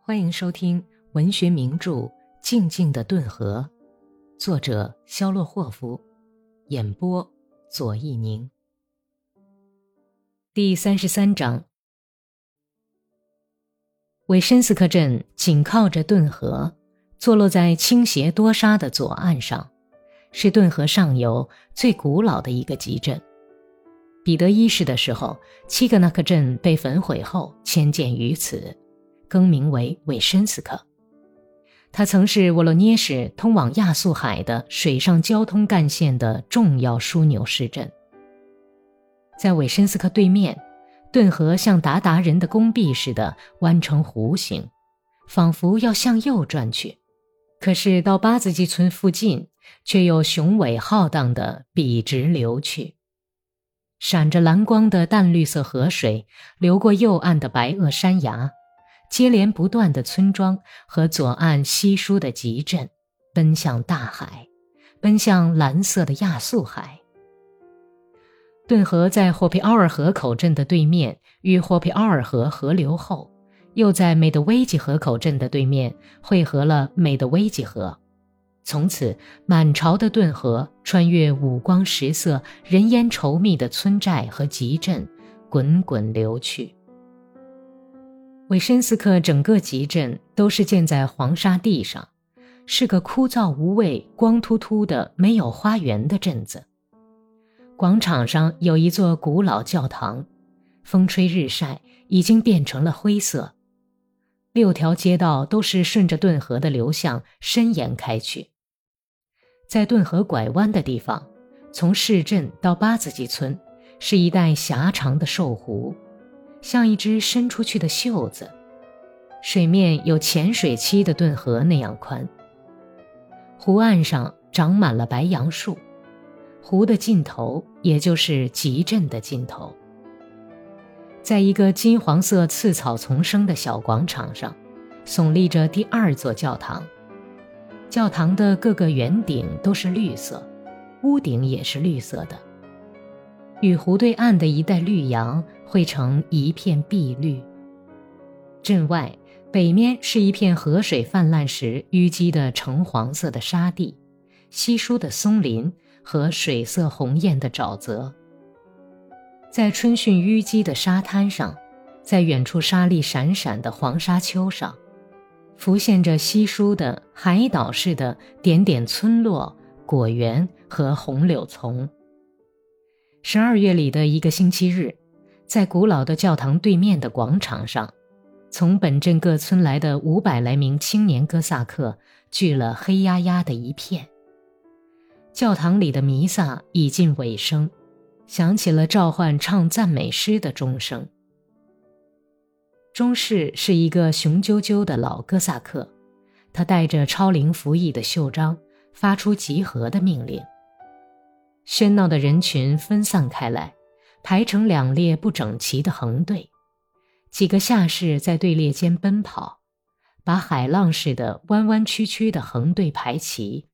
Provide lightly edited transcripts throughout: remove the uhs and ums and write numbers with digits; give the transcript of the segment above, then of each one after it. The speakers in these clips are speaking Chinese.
欢迎收听文学名著《静静的顿河》，作者肖洛霍夫，演播左一宁。第33章。韦申斯克镇紧靠着顿河，坐落在倾斜多沙的左岸上，是顿河上游最古老的一个集镇。彼得一世的时候，七个那克镇被焚毁后迁建于此，更名为韦申斯克。它曾是沃罗涅什通往亚速海的水上交通干线的重要枢纽市镇。在韦申斯克对面，顿河像鞑靼人的弓臂似的弯成弧形，仿佛要向右转去。可是到巴兹基村附近，却又雄伟浩荡地笔直流去。闪着蓝光的淡绿色河水流过右岸的白垩山崖，接连不断的村庄和左岸稀疏的集镇，奔向大海，奔向蓝色的亚速海。顿河在霍皮奥尔河口镇的对面，与霍皮奥尔河合流后，又在美德维吉河口镇的对面汇合了美德维吉河。从此，满潮的顿河穿越五光十色、人烟稠密的村寨和集镇，滚滚流去。韦申斯克整个集镇都是建在黄沙地上，是个枯燥无味、光秃秃的没有花园的镇子。广场上有一座古老教堂，风吹日晒，已经变成了灰色。6条街道都是顺着顿河的流向伸延开去。在顿河拐弯的地方，从市镇到巴兹基村，是一带狭长的瘦湖，像一只伸出去的袖子，水面有浅水期的顿河那样宽。湖岸上长满了白杨树，湖的尽头也就是集镇的尽头。在一个金黄色刺草丛生的小广场上，耸立着第2座教堂。教堂的各个圆顶都是绿色，屋顶也是绿色的，与湖对岸的一带绿杨汇成一片碧绿。镇外北面是一片河水泛滥时淤积的橙黄色的沙地，稀疏的松林和水色红艳的沼泽。在春汛淤积的沙滩上，在远处沙粒闪闪的黄沙丘上，浮现着稀疏的海岛似的点点村落、果园和红柳丛。12月里的一个星期日，在古老的教堂对面的广场上，从本镇各村来的500来名青年哥萨克聚了黑压压的一片。教堂里的弥撒已近尾声，响起了召唤唱赞美诗的钟声。中士是一个雄赳赳的老哥萨克，他带着超龄服役的袖章，发出集合的命令。喧闹的人群分散开来，排成2列不整齐的横队，几个下士在队列间奔跑，把海浪似的弯弯曲曲的横队排齐。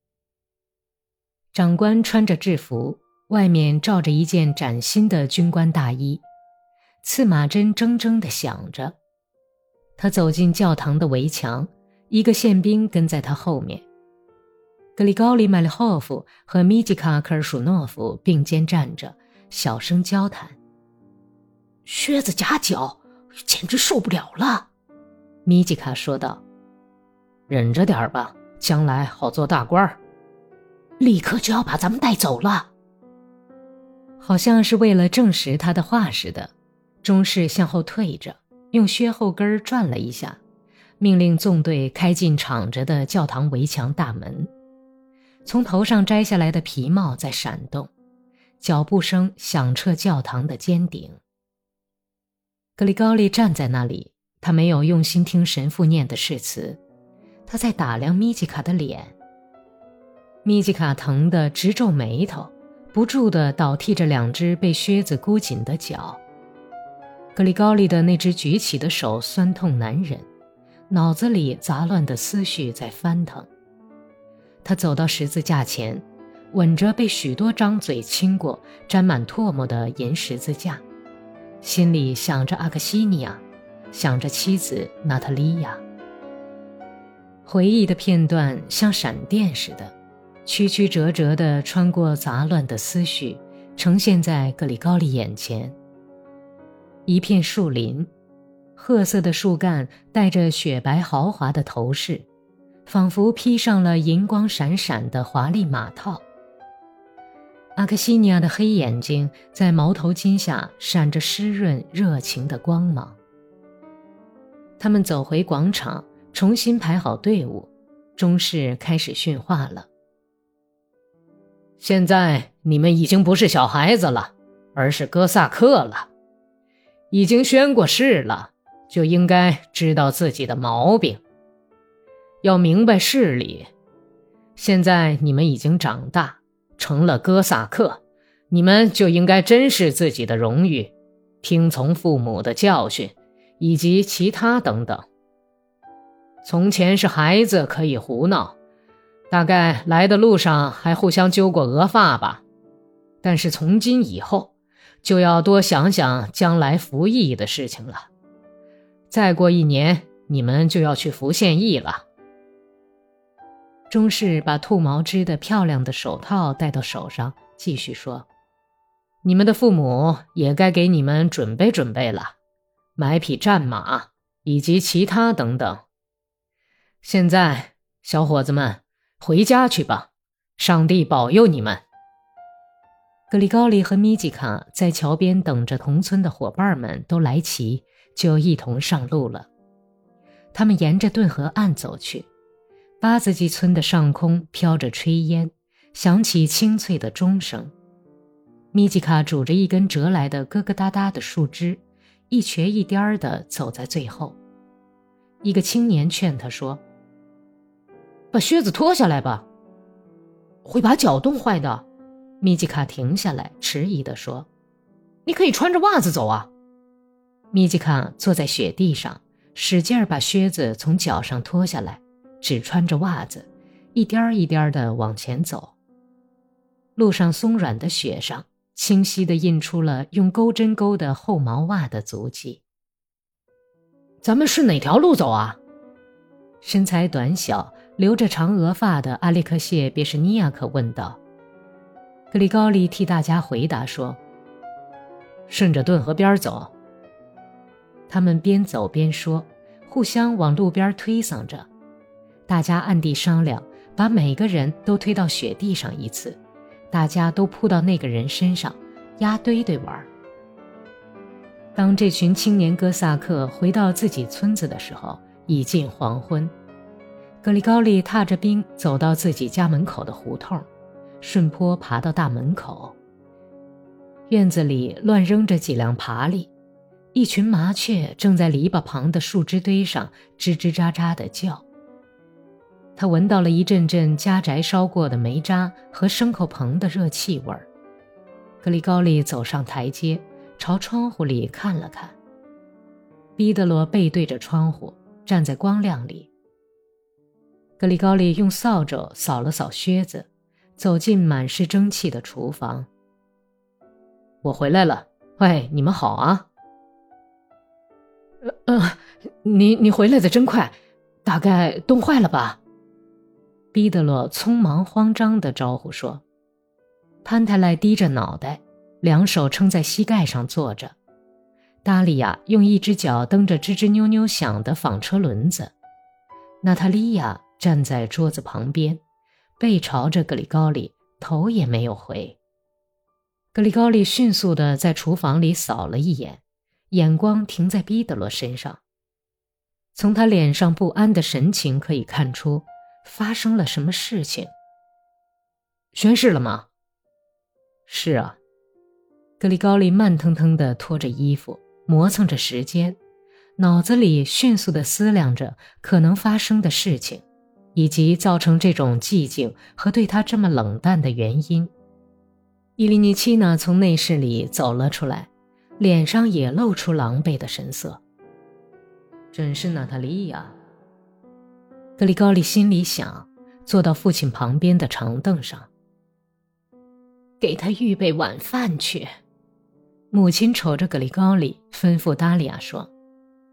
长官穿着制服，外面罩着一件崭新的军官大衣，刺马针铮铮地响着。他走进教堂的围墙，一个宪兵跟在他后面。格里高利·麦利霍夫和米吉卡·科尔舒诺夫并肩站着，小声交谈。靴子夹脚，简直受不了了，米吉卡说道。忍着点吧，将来好做大官。立刻就要把咱们带走了。好像是为了证实他的话似的，中士向后退着，用靴后跟转了一下，命令纵队开进敞着的教堂围墙大门。从头上摘下来的皮帽在闪动，脚步声响彻教堂的尖顶。格里高利站在那里，他没有用心听神父念的誓词，他在打量米吉卡的脸。米吉卡疼得直皱眉头，不住地倒踢着2只被靴子箍紧的脚。格里高利的那只举起的手酸痛难忍，脑子里杂乱的思绪在翻腾。他走到十字架前，吻着被许多张嘴亲过、沾满唾沫的银十字架，心里想着阿克西尼亚， 想着妻子娜塔莉亚。回忆的片段像闪电似的，曲曲折折地穿过杂乱的思绪，呈现在格里高利眼前。一片树林，褐色的树干带着雪白豪华的头饰，仿佛披上了银光闪闪的华丽马套。阿克西尼亚的黑眼睛在毛头巾下闪着湿润热情的光芒。他们走回广场，重新排好队伍，中士开始训话了。现在你们已经不是小孩子了，而是哥萨克了。已经宣过誓了，就应该知道自己的毛病，要明白事理。现在你们已经长大，成了哥萨克，你们就应该珍视自己的荣誉，听从父母的教训，以及其他等等。从前是孩子可以胡闹，大概来的路上还互相揪过额发吧，但是从今以后就要多想想将来服役的事情了。再过1年，你们就要去服现役了。中士把兔毛织的漂亮的手套戴到手上，继续说：你们的父母也该给你们准备准备了，买匹战马，以及其他等等。现在，小伙子们，回家去吧，上帝保佑你们。格里高利和米吉卡在桥边等着同村的伙伴们都来齐，就一同上路了。他们沿着顿河岸走去，巴兹基村的上空飘着炊烟，响起清脆的钟声。米吉卡拄着一根折来的咯咯哒哒的树枝，一瘸一颠地走在最后。一个青年劝他说：把靴子脱下来吧。会把脚冻坏的。米吉卡停下来，迟疑地说：你可以穿着袜子走啊。米吉卡坐在雪地上，使劲把靴子从脚上脱下来，只穿着袜子，一颠一颠地往前走。路上松软的雪上清晰地印出了用钩针钩的厚毛袜的足迹。咱们顺哪条路走啊？身材短小，留着长额发的阿列克谢·别什尼亚克问道。格里高利替大家回答说：顺着顿河边走。他们边走边说，互相往路边推搡着。大家暗地商量，把每个人都推到雪地上一次，大家都扑到那个人身上，压堆堆玩。当这群青年哥萨克回到自己村子的时候，已近黄昏。格里高利踏着冰走到自己家门口的胡同，顺坡爬到大门口。院子里乱扔着几辆爬犁，一群麻雀正在篱笆旁的树枝堆上吱吱喳喳地叫。他闻到了一阵阵家宅烧过的煤渣和牲口棚的热气味儿。格里高利走上台阶，朝窗户里看了看。彼得罗背对着窗户，站在光亮里。格里高利用扫帚扫了扫靴子，走进满是蒸汽的厨房。我回来了，喂，你们好啊。你回来的真快，大概冻坏了吧？彼得罗匆忙慌张地招呼说。潘泰莱低着脑袋，两手撑在膝盖上坐着。达利亚用一只脚蹬着吱吱扭扭响的纺车轮子。娜塔莉亚站在桌子旁边，背朝着格里高利，头也没有回。格里高利迅速地在厨房里扫了一眼，眼光停在彼得罗身上。从他脸上不安的神情可以看出，发生了什么事情。宣誓了吗？是啊。格里高利慢腾腾地脱着衣服，磨蹭着时间，脑子里迅速地思量着可能发生的事情，以及造成这种寂静和对他这么冷淡的原因。伊利尼奇娜从内室里走了出来，脸上也露出狼狈的神色。真是娜塔莉亚。格里高利心里想，坐到父亲旁边的长凳上。给他预备晚饭去。母亲瞅着格里高利，吩咐达利亚说。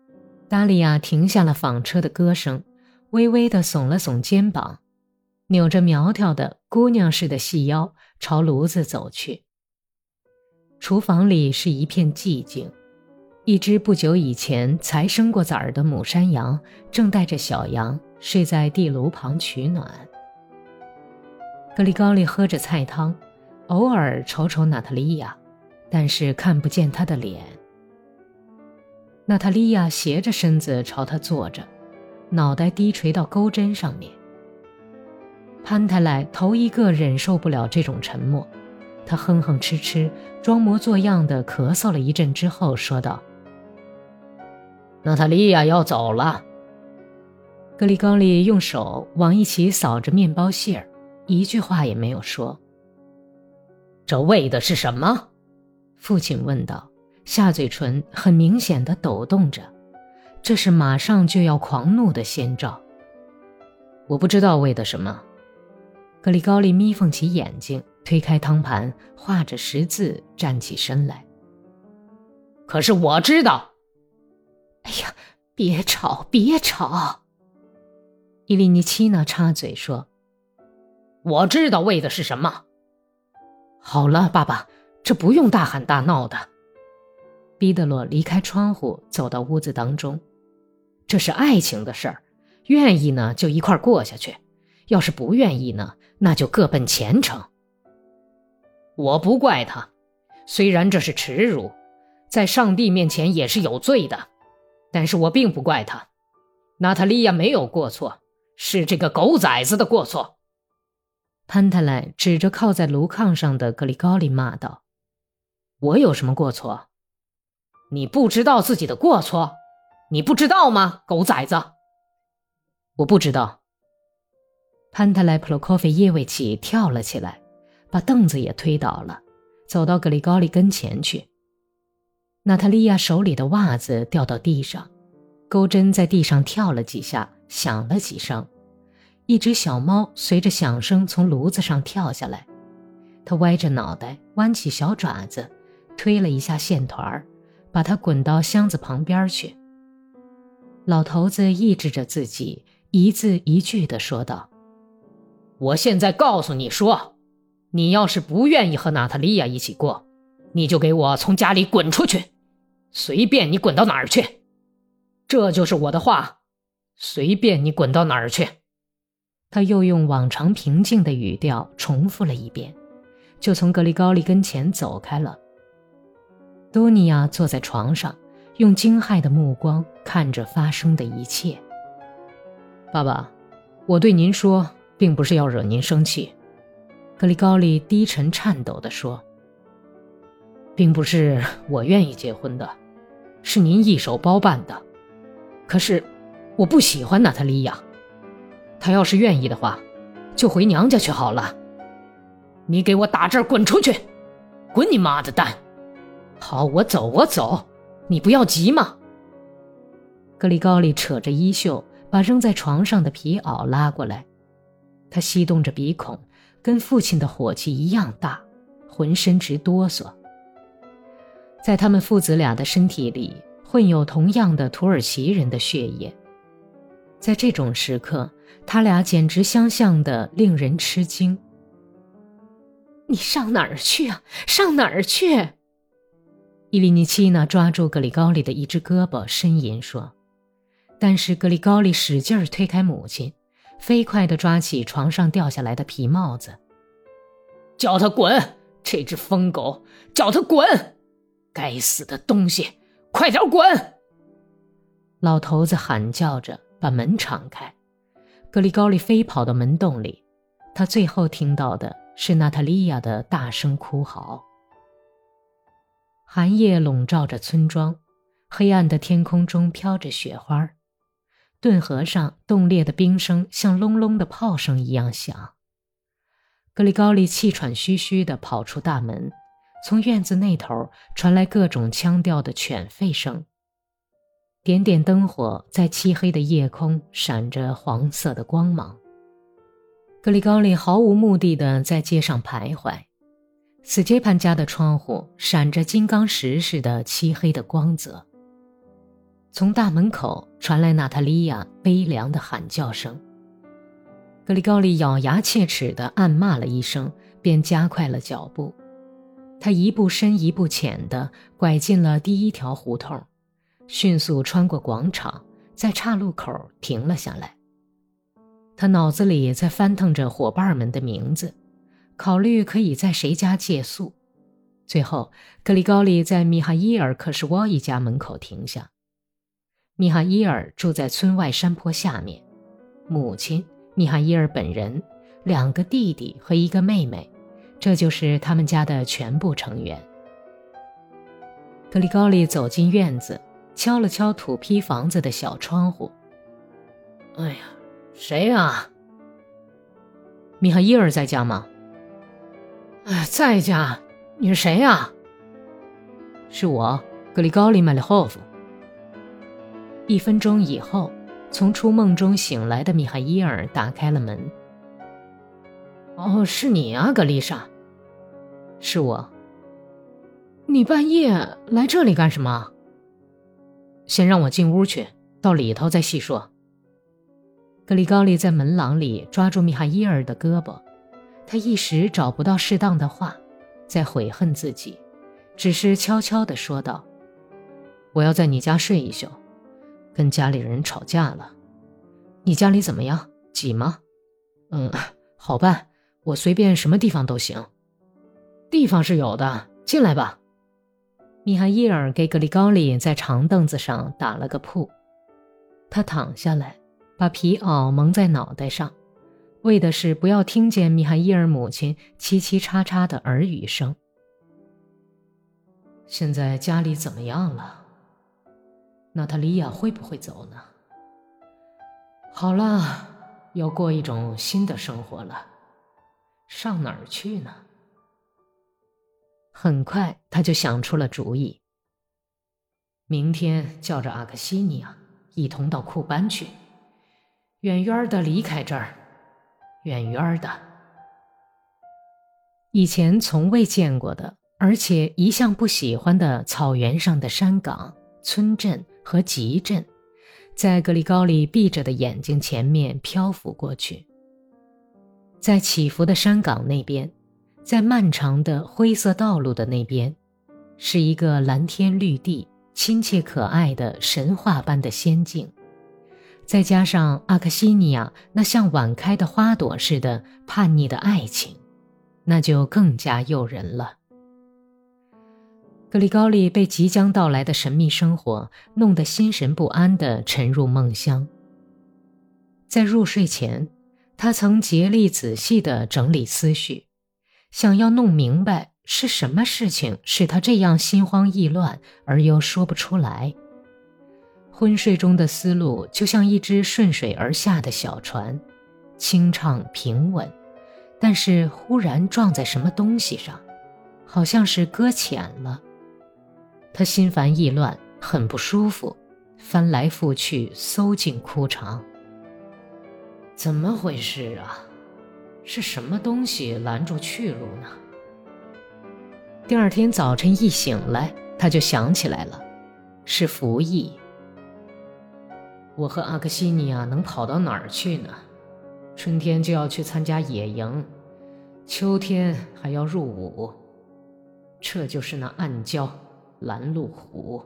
达利亚停下了纺车的歌声，微微地耸了耸肩膀，扭着苗条的姑娘似的细腰朝炉子走去。厨房里是一片寂静，一只不久以前才生过崽儿的母山羊正带着小羊睡在地炉旁取暖。格里高利喝着菜汤，偶尔瞅瞅娜塔莉亚，但是看不见她的脸。娜塔莉亚斜着身子朝他坐着，脑袋低垂到钩针上面。潘太来头一个忍受不了这种沉默，他哼哼哧哧，装模作样地咳嗽了一阵之后说道：娜塔莉亚要走了。格里高利用手往一起扫着面包屑儿，一句话也没有说。这为的是什么？父亲问道，下嘴唇很明显地抖动着，这是马上就要狂怒的先兆。我不知道为的什么。格里高利眯缝起眼睛，推开汤盘，画着十字站起身来。可是我知道。哎呀，别吵别吵。伊利尼奇娜插嘴说，我知道为的是什么。好了，爸爸，这不用大喊大闹的。彼得罗离开窗户走到屋子当中。这是爱情的事儿，愿意呢就一块过下去，要是不愿意呢，那就各奔前程。我不怪他，虽然这是耻辱，在上帝面前也是有罪的，但是我并不怪他。娜塔莉亚没有过错，是这个狗崽子的过错。潘特莱指着靠在炉炕上的格里高利骂道：我有什么过错？你不知道自己的过错？你不知道吗，狗崽子？我不知道。潘特莱普罗科菲耶维奇跳了起来，把凳子也推倒了，走到格里高利跟前去。娜塔莉亚手里的袜子掉到地上，钩针在地上跳了几下，响了几声。一只小猫随着响声从炉子上跳下来，它歪着脑袋，弯起小爪子，推了一下线团，把它滚到箱子旁边去。老头子抑制着自己，一字一句地说道：我现在告诉你说，你要是不愿意和娜塔莉亚一起过，你就给我从家里滚出去，随便你滚到哪儿去。这就是我的话，随便你滚到哪儿去。他又用往常平静的语调重复了一遍，就从格里高利跟前走开了。多尼亚坐在床上，用惊骇的目光看着发生的一切。爸爸，我对您说，并不是要惹您生气。格里高利低沉颤抖地说，并不是我愿意结婚的，是您一手包办的。可是我不喜欢娜塔莉亚，她要是愿意的话，就回娘家去好了。你给我打这儿滚出去，滚你妈的蛋！好，我走，你不要急嘛。格里高利扯着衣袖，把扔在床上的皮袄拉过来。他吸动着鼻孔，跟父亲的火气一样大，浑身直哆嗦。在他们父子俩的身体里混有同样的土耳其人的血液，在这种时刻，他俩简直相像的令人吃惊。你上哪儿去啊？上哪儿去？伊利尼奇娜抓住格里高利的一只胳膊呻吟说，但是格里高利使劲推开母亲，飞快地抓起床上掉下来的皮帽子。叫他滚，这只疯狗，叫他滚！该死的东西，快点滚！老头子喊叫着把门敞开，格里高利飞跑到门洞里，他最后听到的是娜塔莉亚的大声哭嚎。寒夜笼罩着村庄，黑暗的天空中飘着雪花，顿河上冻裂的冰声像隆隆的炮声一样响。格里高利气喘吁吁地跑出大门，从院子那头传来各种腔调的犬吠声。点点灯火在漆黑的夜空闪着黄色的光芒。格里高利毫无目的地在街上徘徊，斯杰潘家的窗户闪着金刚石似的漆黑的光泽。 从大门口传来娜塔莉亚悲凉的喊叫声。格里高利咬牙切齿地暗骂了一声，便加快了脚步。他一步深一步浅地拐进了第一条胡同，迅速穿过广场，在岔路口停了下来。他脑子里在翻腾着伙伴们的名字，考虑可以在谁家借宿。最后，格里高利在米哈伊尔·克什沃一家门口停下。米哈伊尔住在村外山坡下面，母亲米哈伊尔本人、2个弟弟和1个妹妹，这就是他们家的全部成员。格里高利走进院子，敲了敲土坯房子的小窗户。哎呀，谁呀？米哈伊尔在家吗？在家。你是谁呀？是我，格里高利·麦列霍夫。1分钟以后，从初梦中醒来的米哈伊尔打开了门。哦，是你啊，格丽莎。是我。你半夜来这里干什么？先让我进屋去，到里头再细说。格里高利在门廊里抓住米哈伊尔的胳膊，他一时找不到适当的话，在悔恨自己，只是悄悄地说道：我要在你家睡一宿，跟家里人吵架了。你家里怎么样？挤吗？好办，我随便什么地方都行。地方是有的，进来吧。米哈伊尔给格里高利在长凳子上打了个铺，他躺下来，把皮袄蒙在脑袋上，为的是不要听见米哈伊尔母亲叽叽喳喳的耳语声。现在家里怎么样了？娜塔莉亚会不会走呢？好了，要过一种新的生活了，上哪儿去呢？很快他就想出了主意。明天叫着阿克西尼亚一同到库班去，远远的离开这儿，远远的。以前从未见过的，而且一向不喜欢的草原上的山岗、村镇和集镇，在格里高利闭着的眼睛前面漂浮过去。在起伏的山岗那边，在漫长的灰色道路的那边，是一个蓝天绿地、亲切可爱的神话般的仙境，再加上阿克西尼亚那像晚开的花朵似的叛逆的爱情，那就更加诱人了。格里高利被即将到来的神秘生活弄得心神不安地沉入梦乡。在入睡前，他曾竭力仔细地整理思绪，想要弄明白是什么事情使他这样心慌意乱而又说不出来。昏睡中的思路就像一只顺水而下的小船，清畅平稳，但是忽然撞在什么东西上，好像是搁浅了。他心烦意乱，很不舒服，翻来覆去搜尽枯肠。怎么回事啊？是什么东西拦住去路呢？第二天早晨一醒来，他就想起来了，是服役。我和阿克西尼亚能跑到哪儿去呢？春天就要去参加野营，秋天还要入伍，这就是那暗礁拦路虎。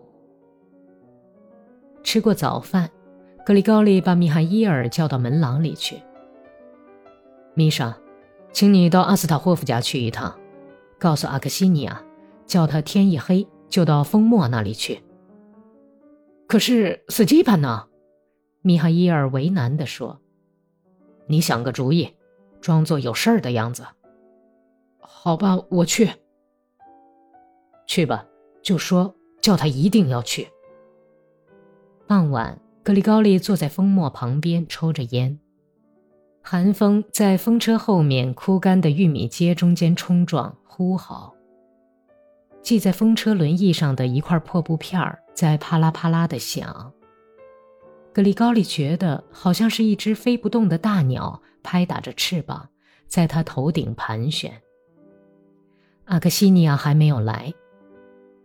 吃过早饭，格里高利把米哈伊尔叫到门廊里去。米莎，请你到阿斯塔霍夫家去一趟，告诉阿克西尼亚，叫他天一黑就到风莫那里去。可是斯基潘呢？米哈伊尔为难地说。你想个主意，装作有事儿的样子。好吧，我去。去吧，就说叫他一定要去。傍晚，格里高利坐在风磨旁边抽着烟，寒风在风车后面枯干的玉米秸中间冲撞呼号，系在风车轮翼上的一块破布片在啪啦啪啦地响。格里高利觉得好像是一只飞不动的大鸟拍打着翅膀，在他头顶盘旋。阿克西尼亚还没有来，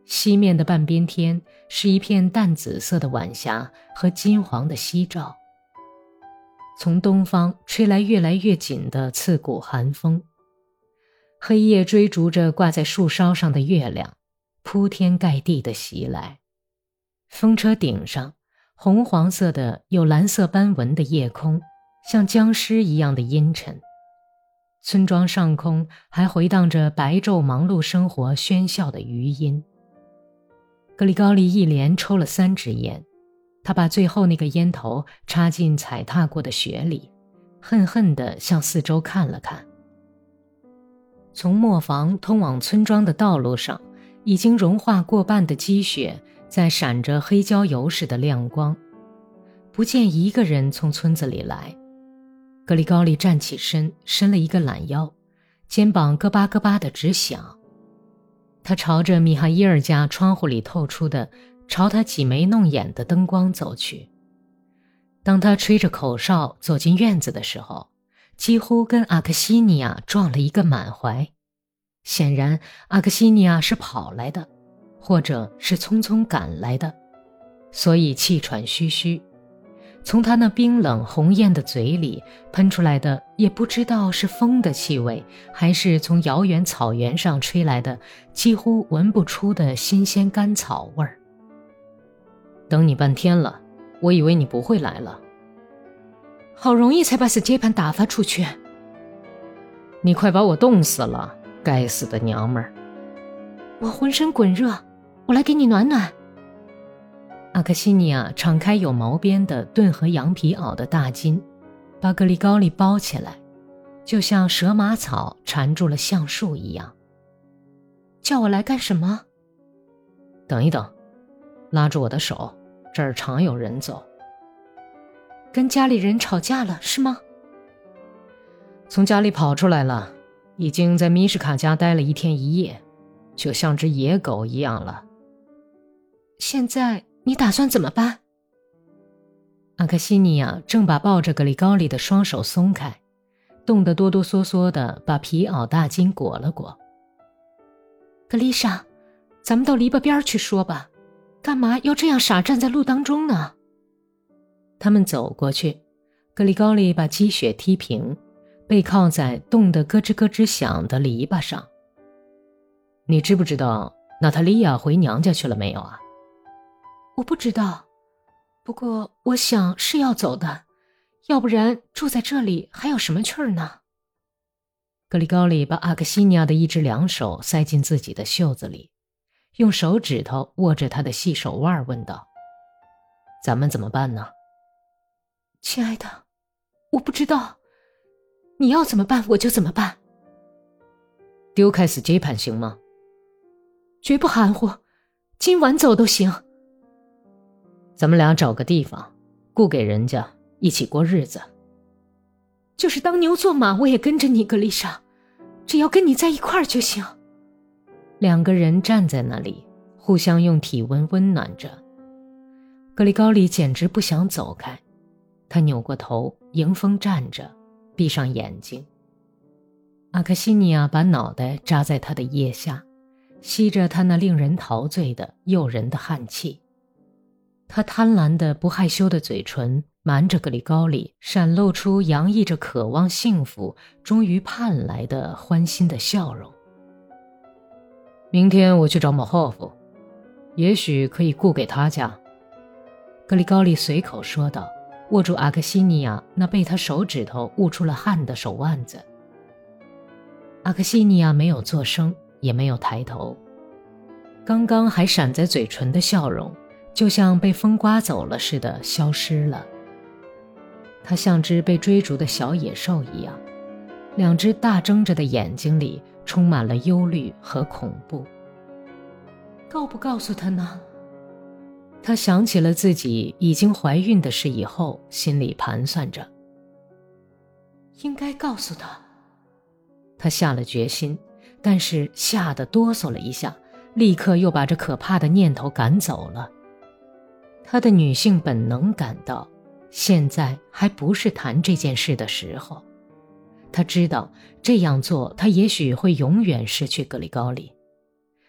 西面的半边天是一片淡紫色的晚霞和金黄的夕照。从东方吹来越来越紧的刺骨寒风，黑夜追逐着挂在树梢上的月亮，铺天盖地地袭来。风车顶上，红黄色的有蓝色斑纹的夜空，像僵尸一样的阴沉。村庄上空还回荡着白昼忙碌生活喧嚣的余音。格里高利一连抽了3支烟，他把最后那个烟头插进踩踏过的雪里，恨恨地向四周看了看。从磨坊通往村庄的道路上，已经融化过半的积雪在闪着黑焦油似的亮光，不见一个人从村子里来。格里高利站起身，伸了一个懒腰，肩膀咯巴咯巴地直响。他朝着米哈伊尔家窗户里透出的朝他挤眉弄眼的灯光走去。当他吹着口哨走进院子的时候，几乎跟阿克西尼亚撞了一个满怀。显然阿克西尼亚是跑来的，或者是匆匆赶来的，所以气喘吁吁。从他那冰冷红艳的嘴里喷出来的也不知道是风的气味，还是从遥远草原上吹来的几乎闻不出的新鲜干草味儿。等你半天了，我以为你不会来了。好容易才把死接盘打发出去。你快把我冻死了，该死的娘们儿。我浑身滚热，我来给你暖暖。阿克西尼亚敞开有毛边的炖和羊皮袄的大襟，把格里高利包起来，就像蛇麻草缠住了橡树一样。叫我来干什么？等一等，拉住我的手，这儿常有人走。跟家里人吵架了是吗？从家里跑出来了，已经在米什卡家待了1天1夜，就像只野狗一样了。现在你打算怎么办？阿克西尼亚正把抱着格里高利的双手松开，冻得哆哆嗦嗦地把皮袄大襟裹了裹。格丽莎，咱们到篱笆边去说吧，干嘛要这样傻站在路当中呢？他们走过去，格里高利把积雪踢平，背靠在冻得咯吱咯吱响的篱笆上。你知不知道娜塔莉亚回娘家去了没有啊？我不知道，不过我想是要走的，要不然住在这里还有什么趣儿呢？格里高利把阿克西尼亚的一只两手塞进自己的袖子里，用手指头握着他的细手腕问道：咱们怎么办呢？亲爱的，我不知道，你要怎么办我就怎么办。丢开死接盘行吗？绝不含糊，今晚走都行。咱们俩找个地方，雇给人家，一起过日子。就是当牛做马，我也跟着你，格丽莎，只要跟你在一块儿就行。2个人站在那里，互相用体温温暖着。格里高利简直不想走开，他扭过头，迎风站着，闭上眼睛。阿克西尼亚把脑袋扎在他的腋下，吸着他那令人陶醉的诱人的汗气。他贪婪的不害羞的嘴唇瞒着格里高利，闪露出洋溢着渴望幸福终于盼来的欢欣的笑容。明天我去找莫霍夫，也许可以雇给他家。格里高利随口说道，握住阿克西尼亚那被他手指头捂出了汗的手腕子。阿克西尼亚没有作声，也没有抬头，刚刚还闪在嘴唇的笑容就像被风刮走了似的消失了。他像只被追逐的小野兽一样，2只大睁着的眼睛里充满了忧虑和恐怖。告不告诉他呢？他想起了自己已经怀孕的事以后，心里盘算着，应该告诉他。他下了决心，但是吓得哆嗦了一下，立刻又把这可怕的念头赶走了。他的女性本能感到，现在还不是谈这件事的时候。他知道这样做，他也许会永远失去格里高利，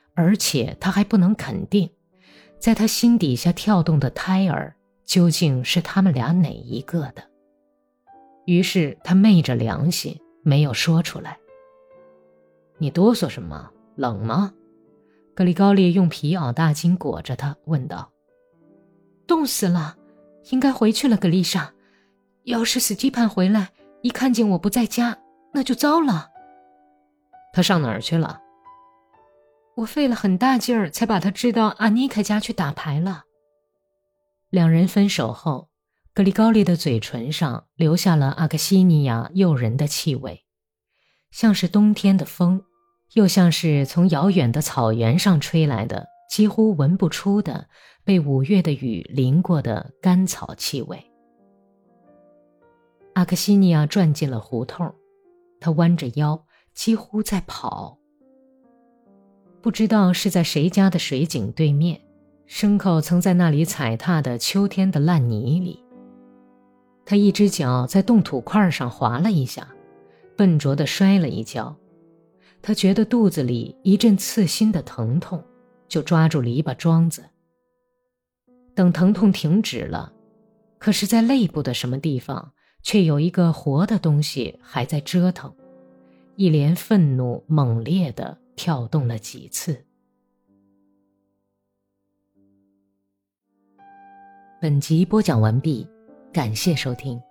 而且他还不能肯定，在他心底下跳动的胎儿究竟是他们俩哪一个的。于是他昧着良心没有说出来。你哆嗦什么？冷吗？格里高利用皮袄大巾裹着他，问道。冻死了，应该回去了，格丽莎。要是史蒂潘回来，一看见我不在家，那就糟了。他上哪儿去了？我费了很大劲儿才把他支到阿妮卡家去打牌了。两人分手后，格里高利的嘴唇上留下了阿克西尼亚诱人的气味，像是冬天的风，又像是从遥远的草原上吹来的几乎闻不出的被5月的雨淋过的干草气味。阿克西尼亚转进了胡同，他弯着腰，几乎在跑。不知道是在谁家的水井对面，牲口曾在那里踩踏的秋天的烂泥里。他一只脚在冻土块上滑了一下，笨拙地摔了一跤。他觉得肚子里一阵刺心的疼痛，就抓住篱笆桩子。等疼痛停止了，可是在肋部的什么地方却有一个活的东西还在折腾，一连愤怒猛烈地跳动了几次。本集播讲完毕，感谢收听。